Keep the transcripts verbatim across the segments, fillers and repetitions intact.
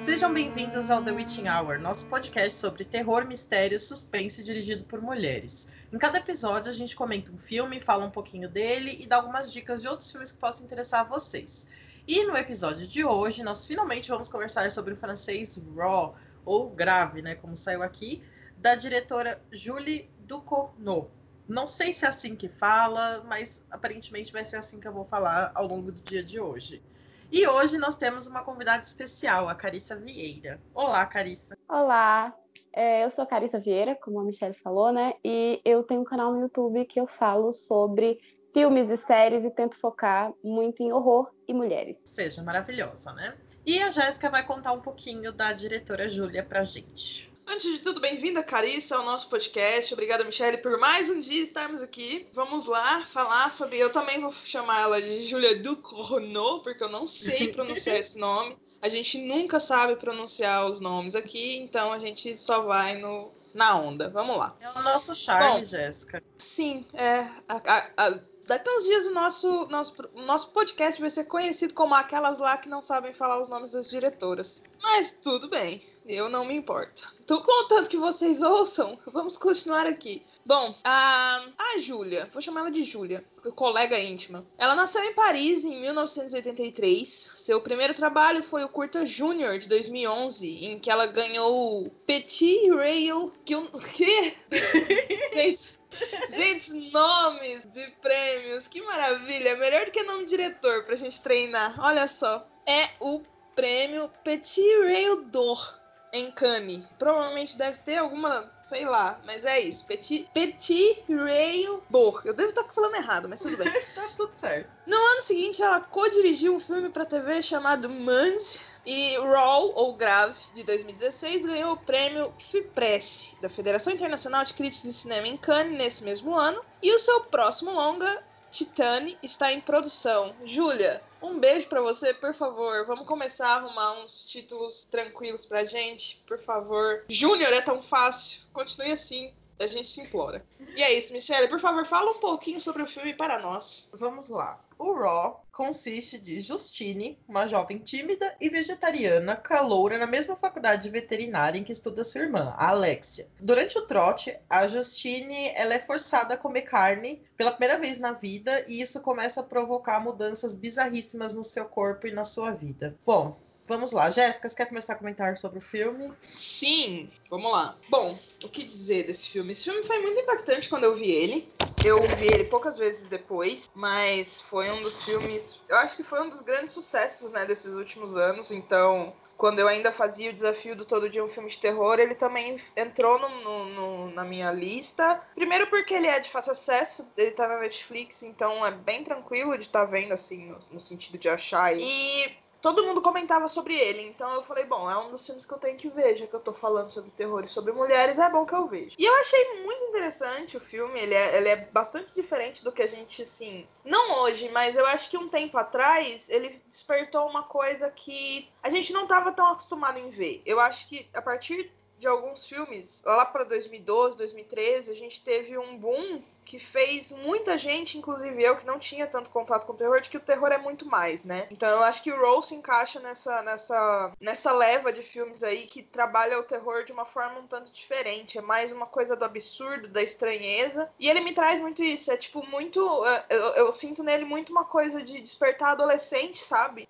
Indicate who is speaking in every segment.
Speaker 1: Sejam bem-vindos ao The Witching Hour, nosso podcast sobre terror, mistério, suspense dirigido por mulheres. Em cada episódio a gente comenta um filme, fala um pouquinho dele e dá algumas dicas de outros filmes que possam interessar a vocês. E no episódio de hoje nós finalmente vamos conversar sobre o francês Raw, ou Grave, né, como saiu aqui, da diretora Julie Ducournau. Não sei se é assim que fala, mas aparentemente vai ser assim que eu vou falar ao longo do dia de hoje. E hoje nós temos uma convidada especial, a Carissa Vieira. Olá, Carissa.
Speaker 2: Olá, é, eu sou a Carissa Vieira, como a Michelle falou, né? E eu tenho um canal no YouTube que eu falo sobre filmes e séries e tento focar muito em horror e mulheres.
Speaker 1: Seja maravilhosa, né? E a Jéssica vai contar um pouquinho da diretora Júlia pra gente.
Speaker 3: Antes de tudo, bem-vinda, Carissa, ao nosso podcast. Obrigada, Michelle, por mais um dia estarmos aqui. Vamos lá falar sobre... Eu também vou chamar ela de Julia Ducournau, porque eu não sei pronunciar esse nome. A gente nunca sabe pronunciar os nomes aqui, então a gente só vai no... na onda. Vamos lá.
Speaker 1: É o nosso charme,
Speaker 3: Bom,
Speaker 1: Jéssica.
Speaker 3: Sim, é... A, a, a... Daqui a uns dias o nosso, nosso, nosso podcast vai ser conhecido como aquelas lá que não sabem falar os nomes das diretoras. Mas tudo bem, eu não me importo. Tô contando que vocês ouçam, vamos continuar aqui. Bom, a, a Júlia, vou chamar ela de Júlia, colega íntima. Ela nasceu em Paris em mil novecentos e oitenta e três. Seu primeiro trabalho foi o curta Júnior, de dois mil e onze, em que ela ganhou o Petit Rail... Que? que? Gente... Gente, nomes de prêmios, que maravilha. Melhor do que nome de diretor pra gente treinar. Olha só, é o prêmio Petit Rail d'Or em Cannes. Provavelmente deve ter alguma, sei lá, mas é isso. Petit, Petit Rail d'Or. Eu devo estar falando errado, mas tudo bem.
Speaker 1: Tá tudo certo.
Speaker 3: No ano seguinte, ela co-dirigiu um filme pra T V chamado Mange. E Raw, ou Grave, de dois mil e dezesseis, ganhou o prêmio FIPRESS, da Federação Internacional de Críticos de Cinema em Cannes, nesse mesmo ano. E o seu próximo longa, Titane, está em produção. Júlia, um beijo pra você, por favor. Vamos começar a arrumar uns títulos tranquilos pra gente, por favor. Júnior é tão fácil. Continue assim. A gente se implora. E é isso, Michelle, por favor, fala um pouquinho sobre o filme para nós.
Speaker 1: Vamos lá. O Raw consiste de Justine, uma jovem tímida e vegetariana, caloura na mesma faculdade de veterinária em que estuda sua irmã, a Alexia. Durante o trote, a Justine ela é forçada a comer carne pela primeira vez na vida e isso começa a provocar mudanças bizarríssimas no seu corpo e na sua vida. Bom, vamos lá. Jéssica, você quer começar a comentar sobre o filme?
Speaker 3: Sim, vamos lá. Bom, o que dizer desse filme? Esse filme foi muito impactante quando eu vi ele. Eu vi ele poucas vezes depois, mas foi um dos filmes... Eu acho que foi um dos grandes sucessos, né, desses últimos anos. Então, quando eu ainda fazia o desafio do Todo Dia um Filme de Terror, ele também entrou no, no, no, na minha lista. Primeiro porque ele é de fácil acesso, ele tá na Netflix, então é bem tranquilo de estar vendo, assim, no, no sentido de achar. E todo mundo comentava sobre ele, então eu falei, bom, é um dos filmes que eu tenho que ver, já que eu tô falando sobre terror e sobre mulheres, é bom que eu veja. E eu achei muito interessante o filme, ele é, ele é bastante diferente do que a gente, assim, não hoje, mas eu acho que um tempo atrás, ele despertou uma coisa que a gente não tava tão acostumado em ver. Eu acho que a partir de alguns filmes, lá para dois mil e doze, dois mil e treze, a gente teve um boom que fez muita gente, inclusive eu, que não tinha tanto contato com o terror, de que o terror é muito mais, né? Então eu acho que o Raw se encaixa nessa, nessa, nessa leva de filmes aí que trabalha o terror de uma forma um tanto diferente. É mais uma coisa do absurdo, da estranheza. E ele me traz muito isso. É tipo muito... Eu, eu sinto nele muito uma coisa de despertar adolescente, sabe?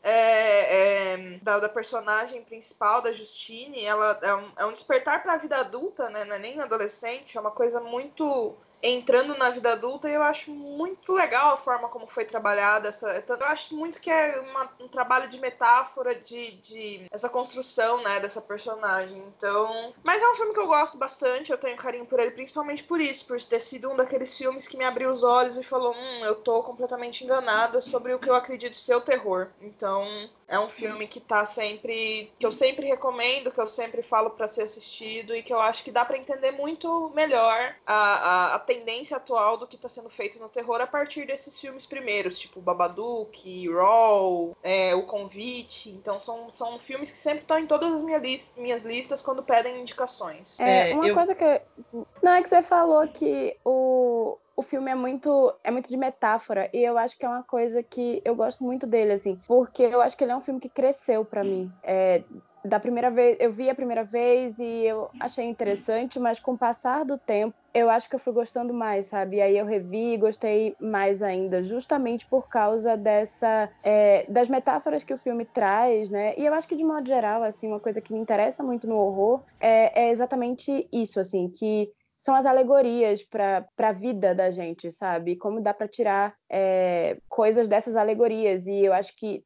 Speaker 3: É, é, da, da personagem principal, da Justine. Ela é um, é um despertar pra vida adulta, né? Não é nem adolescente. É uma coisa muito... entrando na vida adulta, e eu acho muito legal a forma como foi trabalhada essa, eu acho muito que é uma, um trabalho de metáfora de, de essa construção, né, dessa personagem. Então, mas é um filme que eu gosto bastante, eu tenho carinho por ele, principalmente por isso, por ter sido um daqueles filmes que me abriu os olhos e falou, hum, eu tô completamente enganada sobre o que eu acredito ser o terror. Então, é um filme que tá sempre, que eu sempre recomendo, que eu sempre falo pra ser assistido e que eu acho que dá pra entender muito melhor a, a, a tendência atual do que está sendo feito no terror a partir desses filmes primeiros, tipo Babadook, Raw, é, O Convite. Então são, são filmes que sempre estão em todas as minha list, minhas listas quando pedem indicações.
Speaker 2: É,
Speaker 1: É,
Speaker 2: uma
Speaker 1: eu-
Speaker 2: coisa que... Não, é que você falou que o, o filme é muito, é muito de metáfora, e eu acho que é uma coisa que eu gosto muito dele, assim, porque eu acho que ele é um filme que cresceu pra mim. É, da primeira vez, eu vi a primeira vez e eu achei interessante, mas com o passar do tempo, eu acho que eu fui gostando mais, sabe? E aí eu revi e gostei mais ainda, justamente por causa dessa, é, das metáforas que o filme traz, né? E eu acho que, de modo geral, assim, uma coisa que me interessa muito no horror é, é exatamente isso, assim, que são as alegorias para a vida da gente, sabe? Como dá para tirar é, coisas dessas alegorias. E eu acho que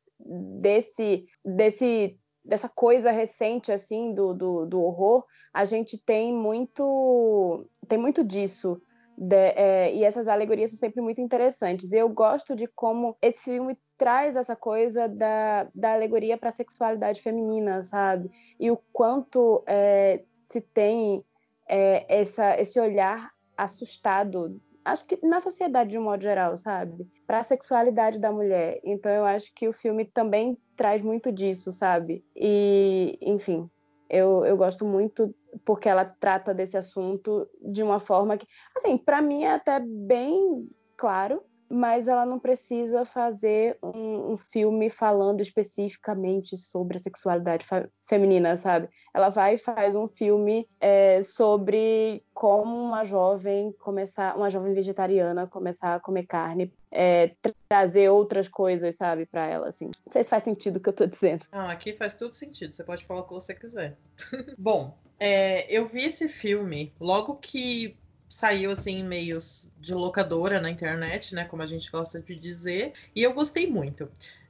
Speaker 2: desse, desse, dessa coisa recente, assim, do, do, do horror, a gente tem muito, tem muito disso. De, é, e essas alegorias são sempre muito interessantes. E eu gosto de como esse filme traz essa coisa da, da alegoria para a sexualidade feminina, sabe? E o quanto é, se tem é, essa, esse olhar assustado, acho que na sociedade de um modo geral, sabe? Para a sexualidade da mulher. Então eu acho que o filme também traz muito disso, sabe? E, enfim, eu, eu gosto muito porque ela trata desse assunto de uma forma que, assim, para mim é até bem claro, mas ela não precisa fazer um, um filme falando especificamente sobre a sexualidade feminina, sabe? Ela vai e faz um filme é, sobre como uma jovem começar, uma jovem vegetariana começar a comer carne, é, trazer outras coisas, sabe, para ela, assim. Não sei se faz sentido o que eu tô dizendo.
Speaker 1: Ah, aqui faz tudo sentido. Você pode falar o que você quiser. Bom, é, eu vi esse filme logo que saiu assim em meios de locadora na internet, né, como a gente gosta de dizer, e eu gostei muito.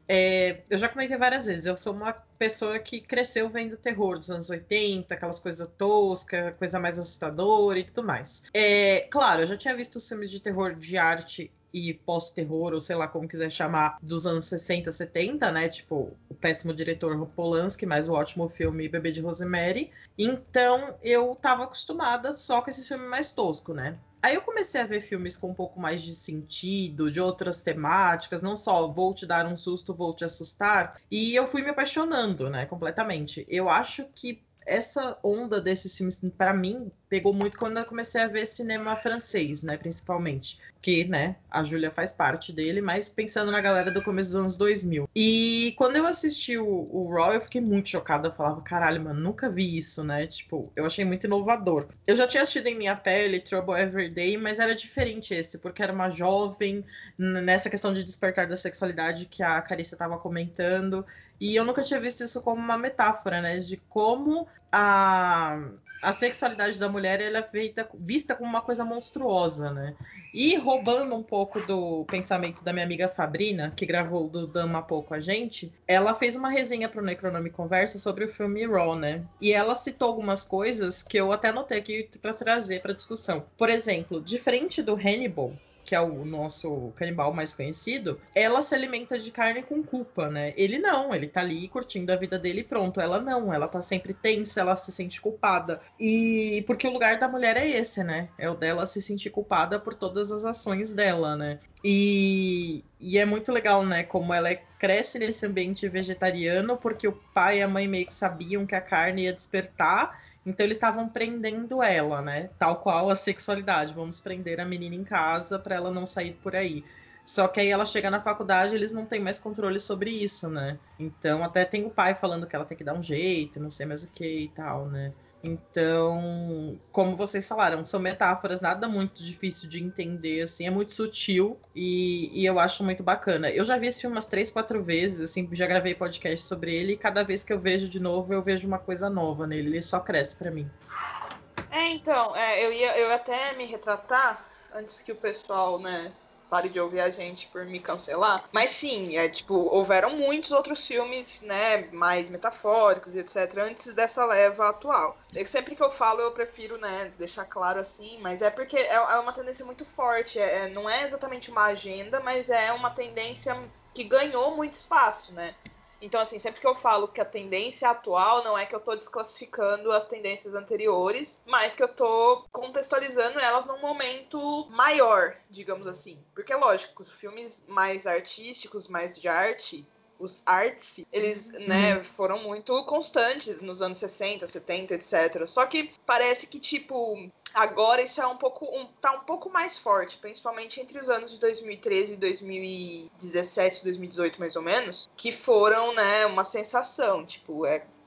Speaker 1: É, eu já comentei várias vezes, eu sou uma pessoa que cresceu vendo terror dos anos oitenta, aquelas coisas toscas, coisa mais assustadora e tudo mais. É, claro, eu já tinha visto os filmes de terror de arte e pós-terror, ou sei lá como quiser chamar, dos anos sessenta, setenta, né? Tipo, o péssimo diretor Polanski, mais o ótimo filme Bebê de Rosemary. Então, eu tava acostumada só com esse filme mais tosco, né? Aí eu comecei a ver filmes com um pouco mais de sentido, de outras temáticas, não só vou te dar um susto, vou te assustar, e eu fui me apaixonando, né, completamente. Eu acho que essa onda desses filmes, para mim, pegou muito quando eu comecei a ver cinema francês, né, principalmente. Que, né, a Júlia faz parte dele, mas pensando na galera do começo dos anos dois mil. E quando eu assisti o, o Raw, eu fiquei muito chocada. Eu falava, caralho, mano, nunca vi isso, né? Tipo, eu achei muito inovador. Eu já tinha assistido Em Minha Pele, Trouble Every Day, mas era diferente esse, porque era uma jovem, nessa questão de despertar da sexualidade que a Carissa estava comentando. E eu nunca tinha visto isso como uma metáfora, né? De como a, a sexualidade da mulher ela é feita, vista como uma coisa monstruosa, né? E roubando um pouco do pensamento da minha amiga Fabrina, que gravou do Dama Pou com a gente, ela fez uma resenha para o Necronome Conversa sobre o filme Raw, né? E ela citou algumas coisas que eu até anotei aqui para trazer para discussão. Por exemplo, diferente do Hannibal, que é o nosso canibal mais conhecido, ela se alimenta de carne com culpa, né? Ele não, ele tá ali curtindo a vida dele e pronto. Ela não, ela tá sempre tensa, ela se sente culpada. E porque o lugar da mulher é esse, né? É o dela se sentir culpada por todas as ações dela, né? E, e é muito legal, né? Como ela é, cresce nesse ambiente vegetariano, porque o pai e a mãe meio que sabiam que a carne ia despertar. Então eles estavam prendendo ela, né? Tal qual a sexualidade. Vamos prender a menina em casa para ela não sair por aí. Só que aí ela chega na faculdade, eles não têm mais controle sobre isso, né? Então até tem o pai falando que ela tem que dar um jeito, não sei mais o que e tal, né? Então, como vocês falaram, são metáforas, nada muito difícil de entender, assim, é muito sutil e, e eu acho muito bacana. Eu já vi esse filme umas três, quatro vezes, assim, já gravei podcast sobre ele e cada vez que eu vejo de novo, eu vejo uma coisa nova nele, ele só cresce pra mim.
Speaker 3: É, então, é, eu, ia, eu ia até me retratar antes que o pessoal, né, pare de ouvir a gente por me cancelar. Mas sim, é tipo, houveram muitos outros filmes, né, mais metafóricos e etcétera antes dessa leva atual. É sempre que eu falo, eu prefiro, né, deixar claro assim, mas é porque é, é uma tendência muito forte. É, não é exatamente uma agenda, mas é uma tendência que ganhou muito espaço, né? Então, assim, sempre que eu falo que a tendência atual, não é que eu tô desclassificando as tendências anteriores, mas que eu tô contextualizando elas num momento maior, digamos assim. Porque, lógico, os filmes mais artísticos, mais de arte, os arts, eles, né, uhum. foram muito constantes nos anos sessenta, setenta, etcétera. Só que parece que, tipo, agora isso é um pouco, um, tá um pouco mais forte, principalmente entre os anos de dois mil e treze e dois mil e dezessete, dois mil e dezoito, mais ou menos, que foram, né, uma sensação. Tipo, é,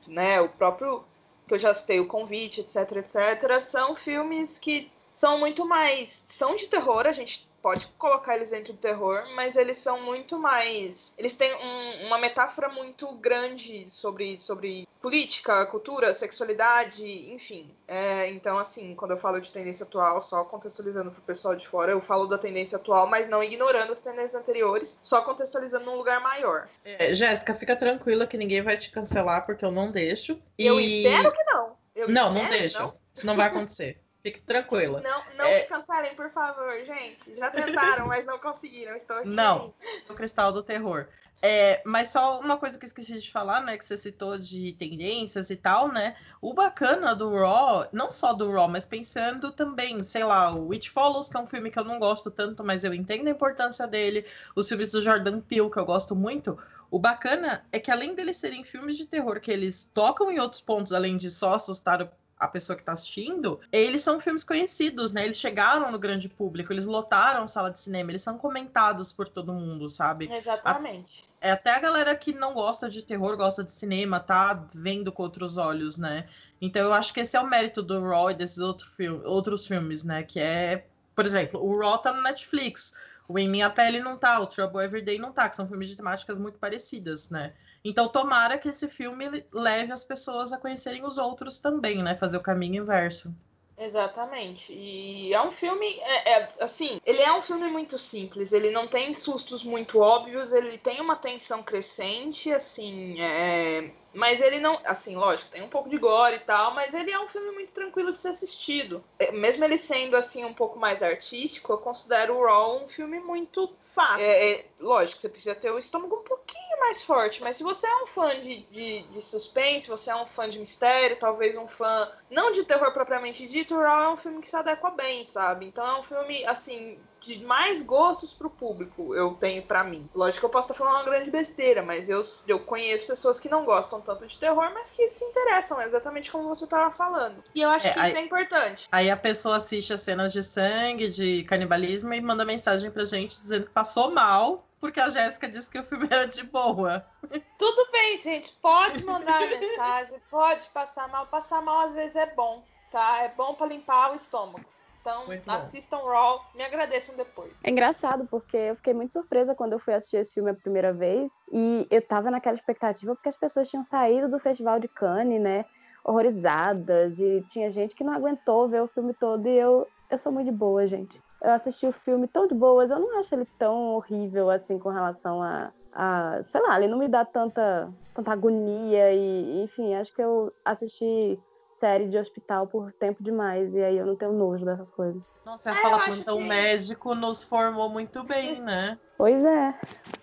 Speaker 3: né, o próprio, que eu já citei, O Convite, etc, etc, são filmes que são muito mais, são de terror, a gente pode colocar eles dentro do terror, mas eles são muito mais, eles têm um, uma metáfora muito grande sobre, sobre política, cultura, sexualidade, enfim. É, então, assim, quando eu falo de tendência atual, só contextualizando pro pessoal de fora, eu falo da tendência atual, mas não ignorando as tendências anteriores, só contextualizando num lugar maior.
Speaker 1: É, Jéssica, fica tranquila que ninguém vai te cancelar, porque eu não deixo.
Speaker 3: Eu
Speaker 1: E...
Speaker 3: espero que não. Eu
Speaker 1: não, não
Speaker 3: espero,
Speaker 1: deixa.
Speaker 3: Não.
Speaker 1: Isso não vai acontecer. Fique tranquila.
Speaker 3: Não, não
Speaker 1: é...
Speaker 3: me cancelem, por favor, gente. Já tentaram, mas não conseguiram. Estou aqui.
Speaker 1: Não, o Cristal do Terror. É, mas só uma coisa que eu esqueci de falar, né? Que você citou de tendências e tal, né? O bacana do Raw, não só do Raw, mas pensando também, sei lá, o It Follows, que é um filme que eu não gosto tanto, mas eu entendo a importância dele. Os filmes do Jordan Peele, que eu gosto muito. O bacana é que além deles serem filmes de terror que eles tocam em outros pontos, além de só assustar a pessoa que tá assistindo, eles são filmes conhecidos, né? Eles chegaram no grande público, eles lotaram a sala de cinema, eles são comentados por todo mundo, sabe?
Speaker 3: Exatamente.
Speaker 1: A, é até a galera que não gosta de terror, gosta de cinema, tá vendo com outros olhos, né? Então eu acho que esse é o mérito do Raw e desses outro film, outros filmes, né? Que é, por exemplo, o Raw tá no Netflix, o Em Minha Pele não tá, o Trouble Everyday não tá, que são filmes de temáticas muito parecidas, né? Então, tomara que esse filme leve as pessoas a conhecerem os outros também, né? Fazer o caminho inverso.
Speaker 3: Exatamente. E é um filme, é, é, assim, ele é um filme muito simples, ele não tem sustos muito óbvios, ele tem uma tensão crescente, assim, é, mas ele não, assim, lógico, tem um pouco de gore e tal, mas ele é um filme muito tranquilo de ser assistido. É, mesmo ele sendo, assim, um pouco mais artístico, eu considero o Raw um filme muito fácil. É, é, lógico, você precisa ter o estômago um pouquinho mais forte, mas se você é um fã de, de, de suspense, você é um fã de mistério, talvez um fã, não de terror propriamente dito, o Raw é um filme que se adequa bem, sabe? Então é um filme, assim, de mais gostos pro público, eu tenho pra mim. Lógico que eu posso estar falando uma grande besteira, mas eu, eu conheço pessoas que não gostam tanto de terror, mas que se interessam, exatamente como você tava falando. E eu acho
Speaker 1: É,
Speaker 3: que
Speaker 1: aí,
Speaker 3: isso é importante.
Speaker 1: Aí a pessoa assiste as cenas de sangue, de canibalismo e manda mensagem pra gente dizendo que passou mal, porque a Jéssica disse que o filme era de boa.
Speaker 3: Tudo bem, gente, pode mandar mensagem, pode passar mal. Passar mal às vezes é bom, tá? É bom pra limpar o estômago. Então, assistam Raw, me agradeçam depois.
Speaker 2: É engraçado, porque eu fiquei muito surpresa quando eu fui assistir esse filme a primeira vez. E eu tava naquela expectativa, porque as pessoas tinham saído do Festival de Cannes, né? Horrorizadas. E tinha gente que não aguentou ver o filme todo. E eu, eu sou muito de boa, gente. Eu assisti o filme tão de boas. Eu não acho ele tão horrível, assim, com relação a... a sei lá, ele não me dá tanta, tanta agonia. E, enfim, acho que eu assisti série de hospital por tempo demais, e aí eu não tenho nojo dessas coisas.
Speaker 1: Nossa, eu ia falar, então o médico nos formou muito bem, né?
Speaker 2: Pois é.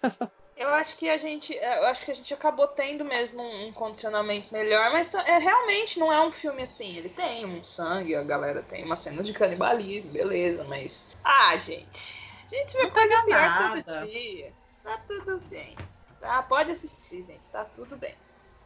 Speaker 3: Eu acho que a gente, eu acho que a gente acabou tendo mesmo um condicionamento melhor, mas é, realmente não é um filme assim. Ele tem um sangue, a galera tem uma cena de canibalismo, beleza, mas ah, gente, a gente vê coisa pior todo dia. Tá tudo bem. Tá, pode assistir, gente, tá tudo bem.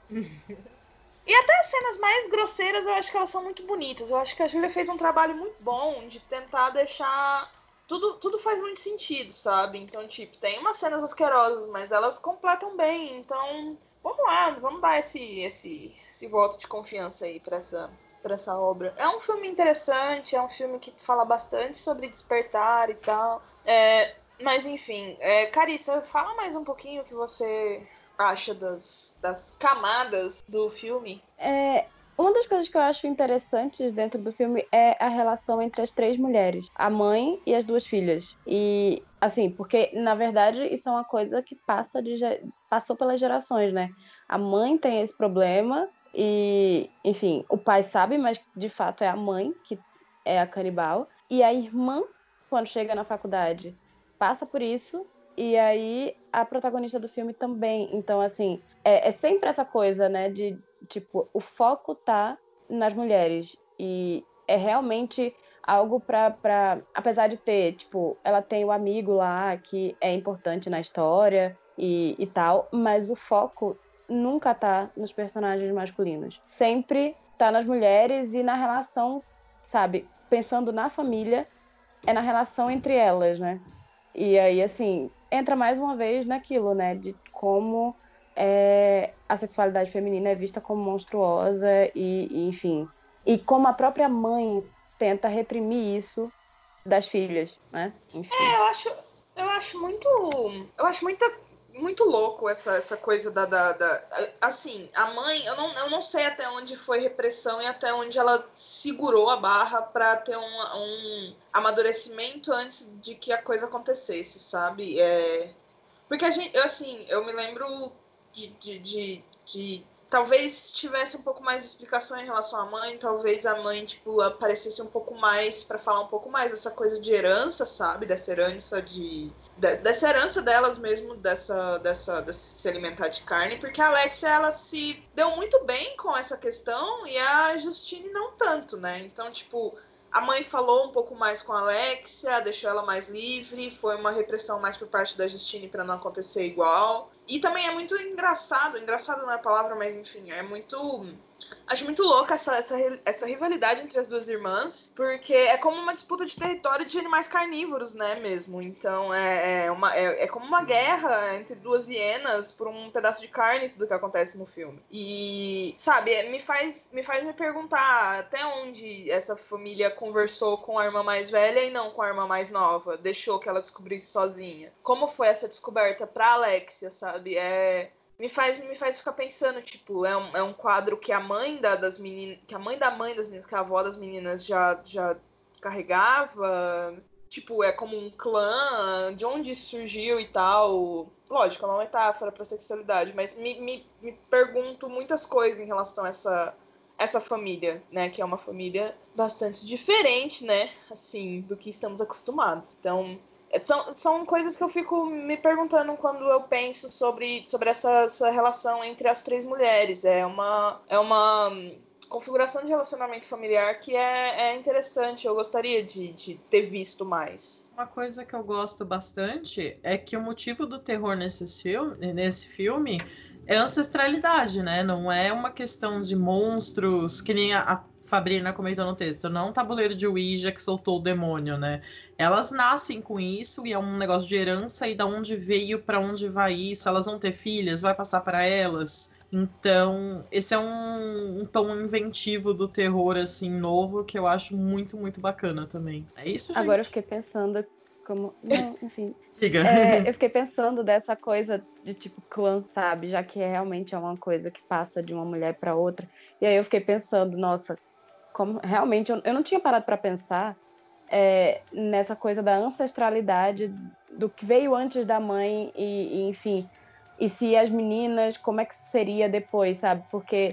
Speaker 3: E até as cenas mais grosseiras, eu acho que elas são muito bonitas. Eu acho que a Júlia fez um trabalho muito bom de tentar deixar... Tudo, tudo faz muito sentido, sabe? Então, tipo, tem umas cenas asquerosas, mas elas completam bem. Então, vamos lá, vamos dar esse, esse, esse voto de confiança aí pra essa, pra essa obra. É um filme interessante, é um filme que fala bastante sobre despertar e tal. É, mas, enfim, é, Carissa, fala mais um pouquinho o que você... acha das, das camadas do filme?
Speaker 2: É, uma das coisas que eu acho interessantes dentro do filme é a relação entre as três mulheres, a mãe e as duas filhas. E, assim, porque, na verdade, isso é uma coisa que passa de, passou pelas gerações, né? A mãe tem esse problema e, enfim, o pai sabe, mas, de fato, é a mãe que é a canibal. E a irmã, quando chega na faculdade, passa por isso. E aí, a protagonista do filme também. Então, assim, é, é sempre essa coisa, né? De, tipo, o foco tá nas mulheres. E é realmente algo pra, pra... Apesar de ter, tipo, ela tem o amigo lá que é importante na história e, e tal. Mas o foco nunca tá nos personagens masculinos. Sempre tá nas mulheres e na relação, sabe? Pensando na família, é na relação entre elas, né? E aí, assim... entra mais uma vez naquilo, né? De como é, a sexualidade feminina é vista como monstruosa e, e, enfim, e como a própria mãe tenta reprimir isso das filhas, né? Enfim.
Speaker 3: É, eu acho, eu acho muito, eu acho muito, muito louco essa, essa coisa da, da, da, assim, a mãe, eu não, eu não sei até onde foi repressão e até onde ela segurou a barra para ter um, um amadurecimento antes de que a coisa acontecesse, sabe? É, porque a gente, eu, assim, eu me lembro de, de, de, de talvez tivesse um pouco mais de explicação em relação à mãe, talvez a mãe, tipo, aparecesse um pouco mais para falar um pouco mais dessa coisa de herança, sabe? Dessa herança de... de dessa herança delas mesmo, dessa, dessa, de se alimentar de carne, porque a Alexia, ela se deu muito bem com essa questão e a Justine não tanto, né? Então, tipo... A mãe falou um pouco mais com a Alexia, deixou ela mais livre, foi uma repressão mais por parte da Justine para não acontecer igual. E também é muito engraçado, engraçado não é a palavra, mas enfim, é muito... Acho muito louca essa, essa, essa rivalidade entre as duas irmãs, porque é como uma disputa de território de animais carnívoros, né, mesmo. Então é, é, uma, é, é como uma guerra entre duas hienas por um pedaço de carne, tudo que acontece no filme. E, sabe, me faz, me faz me perguntar até onde essa família conversou com a irmã mais velha e não com a irmã mais nova, deixou que ela descobrisse sozinha. Como foi essa descoberta pra Alexia, sabe? É... Me faz, me faz ficar pensando, tipo, é um, é um quadro que a mãe da, das meninas, que a mãe da mãe das meninas, que a avó das meninas já, já carregava, tipo, é como um clã, de onde surgiu e tal. Lógico, é uma metáfora pra sexualidade, mas me, me, me pergunto muitas coisas em relação a essa, essa família, né, que é uma família bastante diferente, né, assim, do que estamos acostumados. Então... São, são coisas que eu fico me perguntando quando eu penso sobre, sobre essa, essa relação entre as três mulheres. É uma, é uma configuração de relacionamento familiar que é, é interessante. Eu gostaria de, de ter visto mais.
Speaker 1: Uma coisa que eu gosto bastante é que o motivo do terror nesse filme, nesse filme é ancestralidade, né? Não é uma questão de monstros, que nem a Fabrina comentou no texto, não é um tabuleiro de Ouija que soltou o demônio, né? Elas nascem com isso e é um negócio de herança e da onde veio, para onde vai isso, elas vão ter filhas, vai passar para elas. Então, esse é um, um tom inventivo do terror, assim, novo, que eu acho muito, muito bacana também. É isso, gente?
Speaker 2: Agora eu fiquei pensando como... Não, enfim.
Speaker 1: Diga.
Speaker 2: É, eu fiquei pensando dessa coisa de tipo clã, sabe? Já que é, realmente é uma coisa que passa de uma mulher para outra. E aí eu fiquei pensando, nossa, como realmente... Eu, eu não tinha parado para pensar é, nessa coisa da ancestralidade, do que veio antes da mãe e, e enfim... E se as meninas, como é que seria depois, sabe? Porque,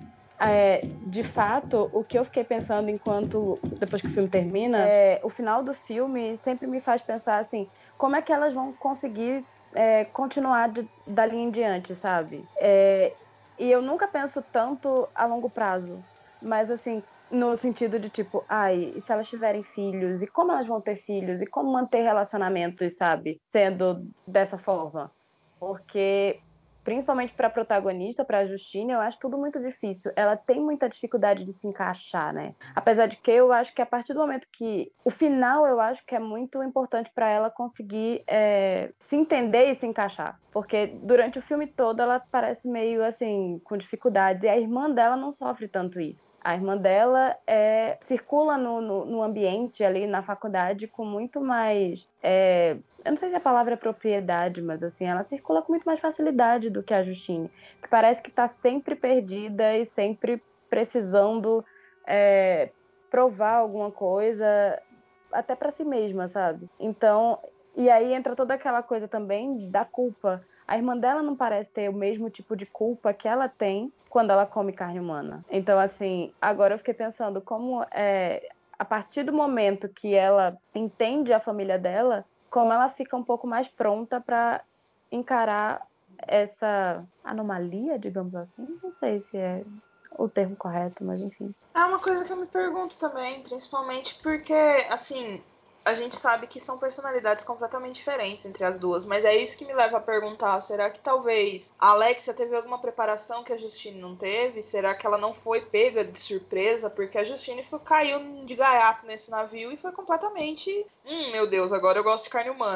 Speaker 2: é, de fato, o que eu fiquei pensando enquanto, depois que o filme termina, é, o final do filme sempre me faz pensar assim, como é que elas vão conseguir é, continuar de, dali em diante, sabe? É, e eu nunca penso tanto a longo prazo, mas assim, no sentido de tipo, ai, e se elas tiverem filhos? E como elas vão ter filhos? E como manter relacionamentos, sabe? Sendo dessa forma. Porque, principalmente para a protagonista, para a Justine, eu acho tudo muito difícil. Ela tem muita dificuldade de se encaixar, né? Apesar de que eu acho que a partir do momento que... O final, eu acho que é muito importante para ela conseguir é, se entender e se encaixar. Porque durante o filme todo ela parece meio, assim, com dificuldades. E a irmã dela não sofre tanto isso. A irmã dela é, circula no, no, no ambiente ali na faculdade com muito mais... É, eu não sei se a palavra é propriedade, mas assim, ela circula com muito mais facilidade do que a Justine, que parece que está sempre perdida e sempre precisando é, provar alguma coisa, até para si mesma, sabe? Então, e aí entra toda aquela coisa também da culpa. A irmã dela não parece ter o mesmo tipo de culpa que ela tem quando ela come carne humana. Então, assim, agora eu fiquei pensando como é, a partir do momento que ela entende a família dela, como ela fica um pouco mais pronta para encarar essa anomalia, digamos assim. Não sei se é o termo correto, mas enfim.
Speaker 3: É uma coisa que eu me pergunto também, principalmente porque, assim, a gente sabe que são personalidades completamente diferentes entre as duas, mas é isso que me leva a perguntar, será que talvez a Alexia teve alguma preparação que a Justine não teve? Será que ela não foi pega de surpresa? Porque a Justine ficou, caiu de gaiato nesse navio e foi completamente, hum, meu Deus, agora eu gosto de carne humana.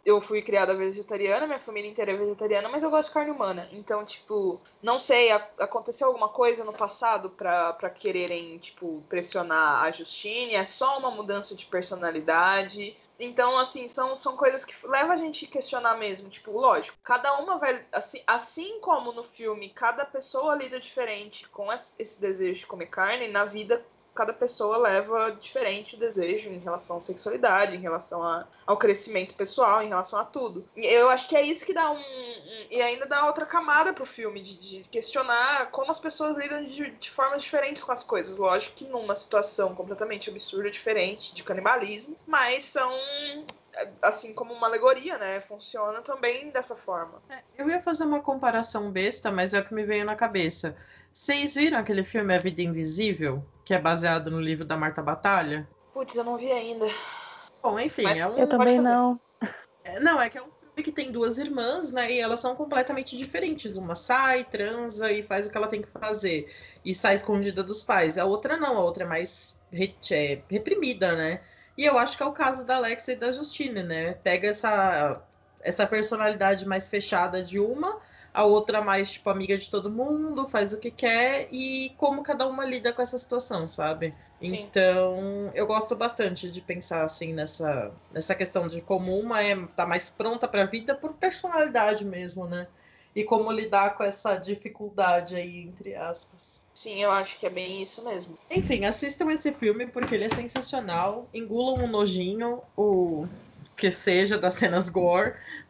Speaker 3: eu fui criada vegetariana, minha família inteira é vegetariana, mas eu gosto de carne humana. Então, tipo, não sei, a, aconteceu alguma coisa no passado pra, pra quererem, tipo, pressionar a Justine? É só uma mudança de personalidade? Então, assim, são, são coisas que levam a gente a questionar mesmo. Tipo, lógico, cada uma vai... Assim, assim como no filme, cada pessoa lida diferente com esse desejo de comer carne, na vida cada pessoa leva diferente o desejo em relação à sexualidade, em relação a, ao crescimento pessoal, em relação a tudo. E eu acho que é isso que dá um... um e ainda dá outra camada pro filme, de, de questionar como as pessoas lidam de, de formas diferentes com as coisas. Lógico que numa situação completamente absurda, diferente, de canibalismo, mas são... assim como uma alegoria, né? Funciona também dessa forma.
Speaker 1: É, eu ia fazer uma comparação besta, mas é o que me veio na cabeça. Vocês viram aquele filme A Vida Invisível, que é baseado no livro da Marta Batalha?
Speaker 3: Putz, eu não vi ainda.
Speaker 1: Bom, enfim,
Speaker 3: Mas
Speaker 1: é um...
Speaker 2: Eu também não.
Speaker 1: É, não, é que é um filme que tem duas irmãs, né? E elas são completamente diferentes. Uma sai, transa e faz o que ela tem que fazer. E sai escondida dos pais. A outra não, a outra é mais re- é, reprimida, né? E eu acho que é o caso da Alexa e da Justine, né? Pega essa, essa personalidade mais fechada de uma, a outra mais, tipo, amiga de todo mundo, faz o que quer, e como cada uma lida com essa situação, sabe?
Speaker 3: Sim.
Speaker 1: Então, eu gosto bastante de pensar, assim, nessa, nessa questão de como uma é, tá mais pronta pra vida por personalidade mesmo, né? E como lidar com essa dificuldade aí, entre aspas.
Speaker 3: Sim, eu acho que é bem isso mesmo.
Speaker 1: Enfim, assistam esse filme porque ele é sensacional. Engulam um nojinho, o que seja das cenas gore,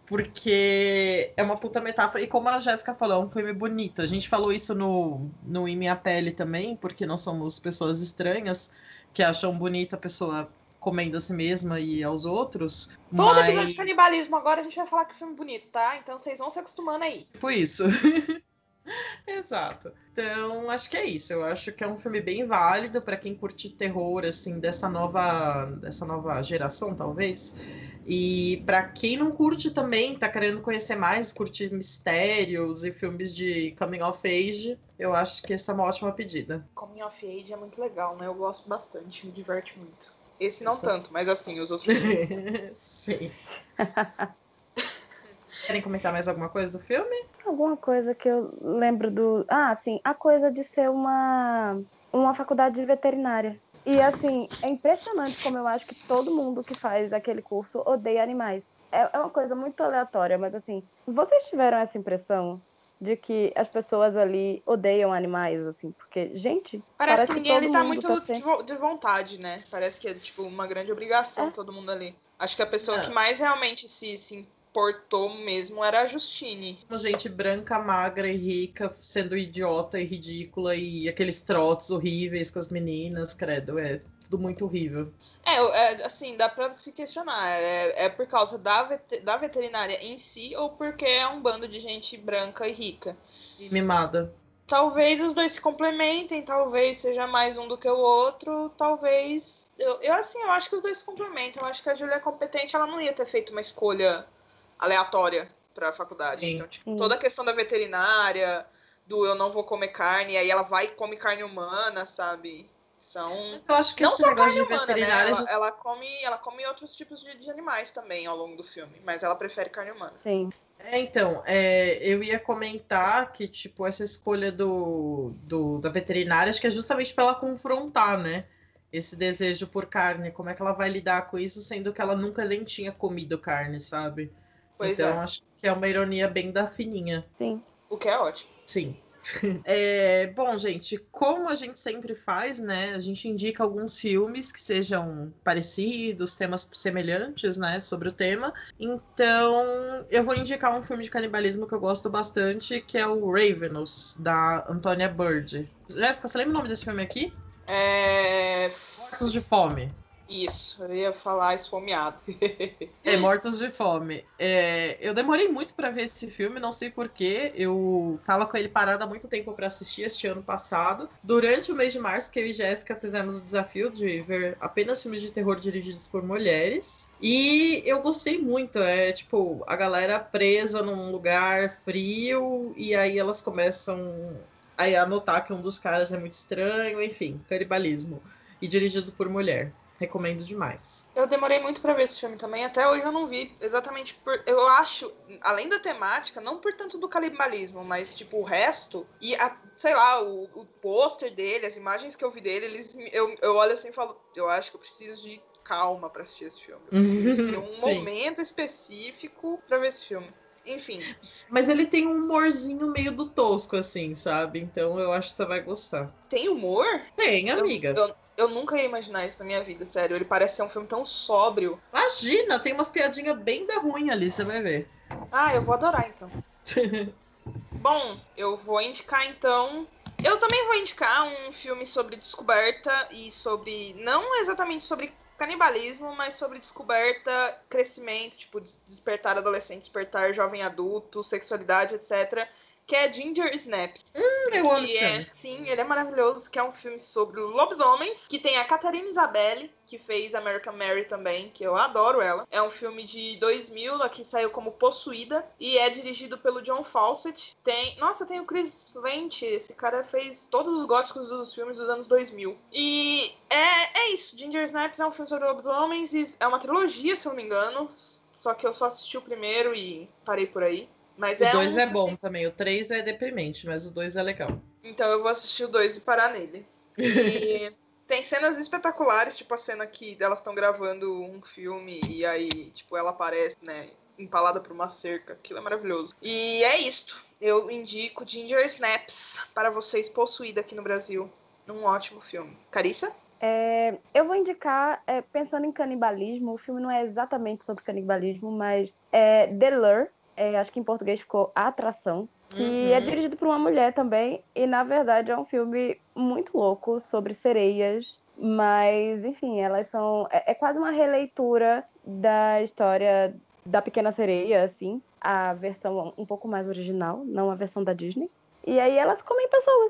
Speaker 1: porque é uma puta metáfora. E como a Jéssica falou, é um filme bonito. A gente falou isso no, no Em Minha Pele também, porque nós somos pessoas estranhas que acham bonita a pessoa comendo a si mesma e aos outros.
Speaker 3: Todo
Speaker 1: mas...
Speaker 3: episódio de canibalismo agora a gente vai falar que o filme é bonito, tá? Então vocês vão se acostumando aí.
Speaker 1: Tipo isso. Exato. Então, acho que é isso. Eu acho que é um filme bem válido para quem curte terror, assim, dessa nova, dessa nova geração, talvez. E para quem não curte também, tá querendo conhecer mais, curtir mistérios e filmes de coming of age, eu acho que essa é uma ótima pedida.
Speaker 3: Coming of Age é muito legal, né? Eu gosto bastante, me diverte muito. Esse não
Speaker 1: Então...
Speaker 3: tanto, mas assim, os outros filmes.
Speaker 1: Sim. Querem comentar mais alguma coisa do filme?
Speaker 2: Alguma coisa que eu lembro do... Ah, sim, a coisa de ser uma, uma faculdade de veterinária. E, assim, é impressionante como eu acho que todo mundo que faz aquele curso odeia animais. É, é uma coisa muito aleatória, mas, assim, vocês tiveram essa impressão de que as pessoas ali odeiam animais, assim? Porque, gente,
Speaker 3: Parece,
Speaker 2: parece
Speaker 3: que
Speaker 2: que
Speaker 3: ninguém
Speaker 2: todo
Speaker 3: ali tá
Speaker 2: mundo
Speaker 3: muito
Speaker 2: tá
Speaker 3: de,
Speaker 2: sempre...
Speaker 3: vo- de vontade, né? Parece que é, tipo, uma grande obrigação
Speaker 2: É.
Speaker 3: todo mundo ali. Acho que a pessoa
Speaker 1: Não.
Speaker 3: que mais realmente se, se importou mesmo era a Justine.
Speaker 1: Gente branca, magra e rica, sendo idiota e ridícula, e aqueles trotes horríveis com as meninas, credo, é tudo muito horrível.
Speaker 3: É, é, assim, dá pra se questionar. É, é por causa da, vet- da veterinária em si ou porque é um bando de gente branca e rica?
Speaker 1: E mimada.
Speaker 3: Talvez os dois se complementem, talvez seja mais um do que o outro, talvez... Eu, eu assim, eu acho que os dois se complementam. Eu acho que a Júlia é competente, ela não ia ter feito uma escolha aleatória pra faculdade.
Speaker 1: Sim.
Speaker 3: Então, tipo,
Speaker 2: Sim.
Speaker 3: toda a questão da veterinária, do eu não vou comer carne, e aí ela vai e come carne humana, sabe? São...
Speaker 1: Mas eu acho que
Speaker 3: Não
Speaker 1: esse
Speaker 3: só
Speaker 1: negócio
Speaker 3: carne
Speaker 1: de
Speaker 3: humana, né?
Speaker 1: veterinária...
Speaker 3: Ela,
Speaker 1: just-
Speaker 3: ela come, ela come outros tipos de, de animais também ao longo do filme, mas ela prefere carne humana.
Speaker 2: Sim.
Speaker 1: É, então, é, eu ia comentar que, tipo, essa escolha do, do, da veterinária, acho que é justamente para ela confrontar, né? Esse desejo por carne, como é que ela vai lidar com isso, sendo que ela nunca nem tinha comido carne, sabe?
Speaker 3: Pois
Speaker 1: então,
Speaker 3: é.
Speaker 1: acho que é uma ironia bem da fininha.
Speaker 2: Sim.
Speaker 3: O que é ótimo.
Speaker 1: Sim. É, bom, gente, como a gente sempre faz, né? A gente indica alguns filmes que sejam parecidos, temas semelhantes, né? Sobre o tema. Então, eu vou indicar um filme de canibalismo que eu gosto bastante, que é o Ravenous, da Antonia Bird. Jéssica, você lembra o nome desse filme aqui?
Speaker 3: É...
Speaker 1: Mortos de Fome.
Speaker 3: Isso, eu ia falar esfomeado.
Speaker 1: É, Mortos de Fome. É, eu demorei muito pra ver esse filme, não sei porquê. Eu tava com ele parado há muito tempo pra assistir este ano passado. Durante o mês de março, que eu e Jéssica fizemos o desafio de ver apenas filmes de terror dirigidos por mulheres. E eu gostei muito. É tipo, a galera presa num lugar frio, e aí elas começam a notar que um dos caras é muito estranho, enfim, canibalismo. E dirigido por mulher. Recomendo demais.
Speaker 3: Eu demorei muito pra ver esse filme também, até hoje eu não vi, exatamente por... Eu acho, além da temática, não por tanto do canibalismo, mas, tipo, o resto, e, a, sei lá, o, o pôster dele, as imagens que eu vi dele, eles, eu, eu olho assim e falo, eu acho que eu preciso de calma pra assistir esse filme. Eu preciso de um
Speaker 1: Sim.
Speaker 3: momento específico pra ver esse filme. Enfim.
Speaker 1: Mas ele tem um humorzinho meio do tosco, assim, sabe? Então eu acho que você vai gostar.
Speaker 3: Tem humor?
Speaker 1: Tem, amiga.
Speaker 3: Eu, eu, eu nunca ia imaginar isso na minha vida, sério. Ele parece ser um filme tão sóbrio.
Speaker 1: Imagina, tem umas piadinhas bem da ruim ali, você vai ver.
Speaker 3: Ah, eu vou adorar, então. Bom, eu vou indicar, então... Eu também vou indicar um filme sobre descoberta e sobre... Não exatamente sobre canibalismo, mas sobre descoberta, crescimento, tipo, despertar adolescente, despertar jovem adulto, sexualidade, etcétera. Que é Ginger Snaps.
Speaker 1: Hum, eu amo esse
Speaker 3: é,
Speaker 1: filme.
Speaker 3: Sim, ele é maravilhoso, que é um filme sobre lobisomens, que tem a Catherine Isabelle, que fez American Mary também, que eu adoro ela. É um filme de dois mil, aqui saiu como Possuída, e é dirigido pelo John Fawcett. Tem, nossa, tem o Chris Vente, esse cara fez todos os góticos dos filmes dos anos dois mil. E é, é isso, Ginger Snaps é um filme sobre lobisomens, e é uma trilogia, se eu não me engano, só que eu só assisti o primeiro e parei por aí. Mas
Speaker 1: o
Speaker 3: é
Speaker 1: dois
Speaker 3: um...
Speaker 1: é bom também, o três é deprimente, mas o dois é legal.
Speaker 3: Então eu vou assistir o dois e parar nele. E tem cenas espetaculares, tipo a cena que elas estão gravando um filme e aí, tipo, ela aparece, né, empalada por uma cerca. Aquilo é maravilhoso. E é isto. Eu indico Ginger Snaps para vocês, Possuída aqui no Brasil. Um ótimo filme. Carissa?
Speaker 2: É, eu vou indicar, é, pensando em canibalismo, o filme não é exatamente sobre canibalismo, mas é The Lure. É, acho que em português ficou A Atração, que
Speaker 1: Uhum.
Speaker 2: é dirigido por uma mulher também, e na verdade é um filme muito louco sobre sereias, mas enfim, elas são... É, é quase uma releitura da história da Pequena Sereia, assim, a versão um pouco mais original, não a versão da Disney. E aí elas comem pessoas.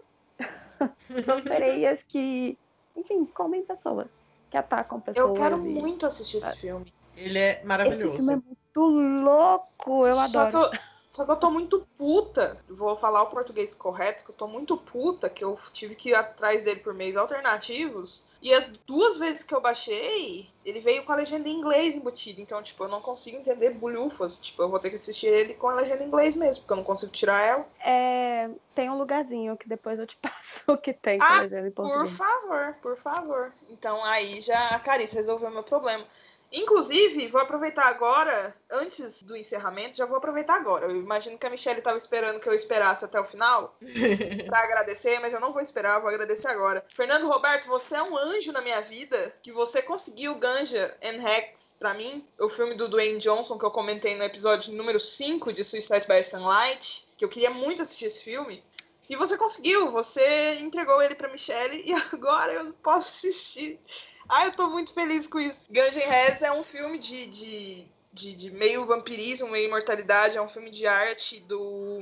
Speaker 2: São sereias que, enfim, comem pessoas, que atacam pessoas.
Speaker 3: Eu quero
Speaker 2: e...
Speaker 3: muito assistir esse filme.
Speaker 1: Ele é maravilhoso.
Speaker 2: Esse filme é muito louco, eu
Speaker 3: Só
Speaker 2: adoro.
Speaker 3: que eu, só que eu tô muito puta. Vou falar o português correto, que eu tô muito puta, que eu tive que ir atrás dele por meios alternativos. E as duas vezes que eu baixei, ele veio com a legenda em inglês embutida. Então, tipo, eu não consigo entender bulhufas. Tipo, eu vou ter que assistir ele com a legenda em inglês mesmo, porque eu não consigo tirar ela.
Speaker 2: É, tem um lugarzinho que depois eu te passo o que tem com a
Speaker 3: Ah,
Speaker 2: legenda em português.
Speaker 3: por favor, por favor. Então aí já a Carissa resolveu meu problema. Inclusive, vou aproveitar agora, antes do encerramento, já vou aproveitar agora. Eu imagino que a Michelle estava esperando que eu esperasse até o final para agradecer, mas eu não vou esperar, vou agradecer agora. Fernando Roberto, você é um anjo na minha vida, que você conseguiu Ganja and Hacks pra mim, o filme do Dwayne Johnson que eu comentei no episódio número cinco de Suicide by Sunlight, que eu queria muito assistir esse filme. E você conseguiu, você entregou ele pra Michelle e agora eu posso assistir. Ah, eu tô muito feliz com isso. Guns N' Roses é um filme de, de, de, de meio vampirismo, meio imortalidade. É um filme de arte do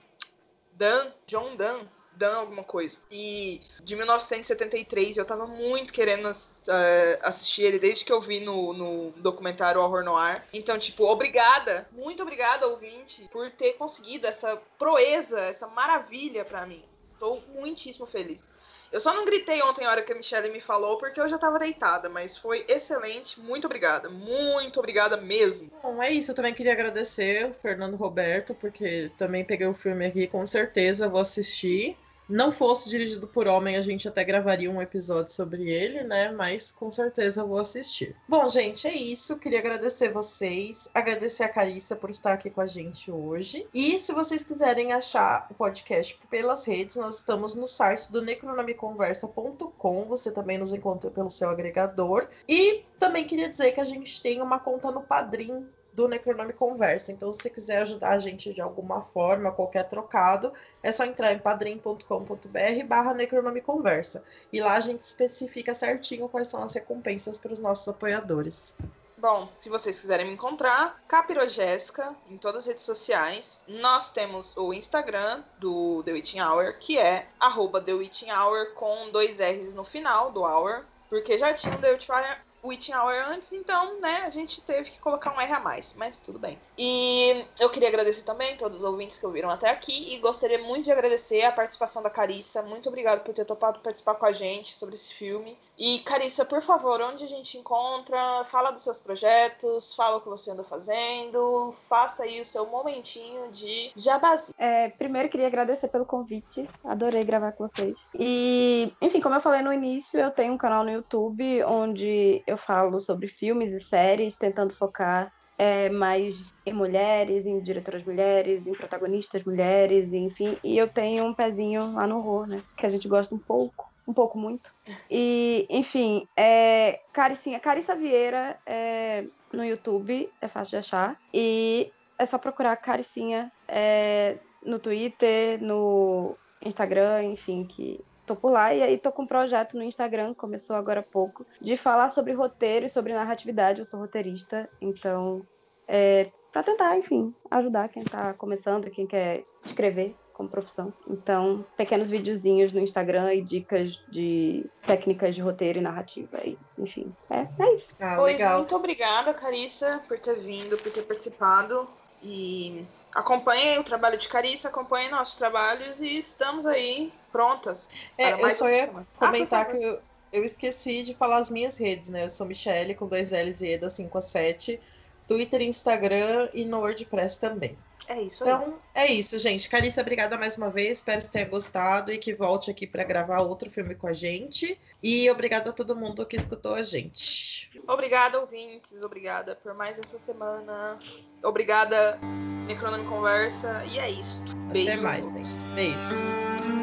Speaker 3: Dan, John Dan, Dan alguma coisa. E de mil novecentos e setenta e três, eu tava muito querendo uh, assistir ele desde que eu vi no, no documentário Horror Noir. Então, tipo, obrigada, muito obrigada, ouvinte, por ter conseguido essa proeza, essa maravilha pra mim. Estou muitíssimo feliz. Eu só não gritei ontem na hora que a Michelle me falou, porque eu já tava deitada, mas foi excelente. Muito obrigada. Muito obrigada mesmo.
Speaker 1: Bom, é isso. Eu também queria agradecer o Fernando Roberto, porque também peguei o filme aqui, com certeza vou assistir. Não fosse dirigido por homem, a gente até gravaria um episódio sobre ele, né? Mas com certeza vou assistir. Bom, gente, é isso. Queria agradecer vocês, agradecer a Carissa por estar aqui com a gente hoje. E se vocês quiserem achar o podcast pelas redes, nós estamos no site do necronomiconversa ponto com. Você também nos encontra pelo seu agregador. E também queria dizer que a gente tem uma conta no Padrim do Necronome Conversa. Então, se você quiser ajudar a gente de alguma forma, qualquer trocado, é só entrar em padrim ponto com ponto br barra Necronome Conversa. E lá a gente especifica certinho quais são as recompensas para os nossos apoiadores.
Speaker 3: Bom, se vocês quiserem me encontrar, Capirogéssica, em todas as redes sociais. Nós temos o Instagram do The Witching Hour, que é arroba The Witching Hour com dois R's no final do Hour, porque já tinha o The Witching Hour Witching Hour antes, então, né, a gente teve que colocar um R a mais, mas tudo bem. E eu queria agradecer também todos os ouvintes que ouviram até aqui e gostaria muito de agradecer a participação da Carissa. Muito obrigada por ter topado participar com a gente sobre esse filme. E, Carissa, por favor, onde a gente encontra? Fala dos seus projetos, fala o que você anda fazendo, faça aí o seu momentinho de jabazinho.
Speaker 2: É, primeiro, queria agradecer pelo convite, adorei gravar com vocês. E, enfim, como eu falei no início, eu tenho um canal no YouTube onde eu falo sobre filmes e séries, tentando focar é, mais em mulheres, em diretoras mulheres, em protagonistas mulheres, enfim. E eu tenho um pezinho lá no horror, né? Que a gente gosta um pouco, um pouco muito. E, enfim, é, Caricinha, Carissa Vieira é, no YouTube, é fácil de achar. E é só procurar Caricinha é, no Twitter, no Instagram, enfim, que tô por lá. E aí tô com um projeto no Instagram, começou agora há pouco, de falar sobre roteiro e sobre narratividade. Eu sou roteirista, então é, para tentar, enfim, ajudar quem tá começando, quem quer escrever como profissão. Então, pequenos videozinhos no Instagram e dicas de técnicas de roteiro e narrativa. E, enfim, é, é isso.
Speaker 1: Ah,
Speaker 3: Pois,
Speaker 1: legal.
Speaker 3: muito obrigada, Carissa, por ter vindo, por ter participado. E acompanhem o trabalho de Carissa, acompanhem nossos trabalhos e estamos aí prontas.
Speaker 1: É,
Speaker 3: para
Speaker 1: eu
Speaker 3: mais
Speaker 1: só
Speaker 3: uma
Speaker 1: ia
Speaker 3: semana.
Speaker 1: comentar
Speaker 3: Ah, por
Speaker 1: que eu, eu esqueci de falar as minhas redes, né? Eu sou Michele, com dois L's e E da cinco a sete, Twitter, Instagram e no WordPress também.
Speaker 3: É isso aí.
Speaker 1: Então, é isso, gente. Carissa, obrigada mais uma vez. Espero que você tenha gostado e que volte aqui para gravar outro filme com a gente. E obrigada a todo mundo que escutou a gente.
Speaker 3: Obrigada, ouvintes. Obrigada por mais essa semana. Obrigada, Necronome Conversa. E é isso. Beijos.
Speaker 1: Até mais, gente. Beijos.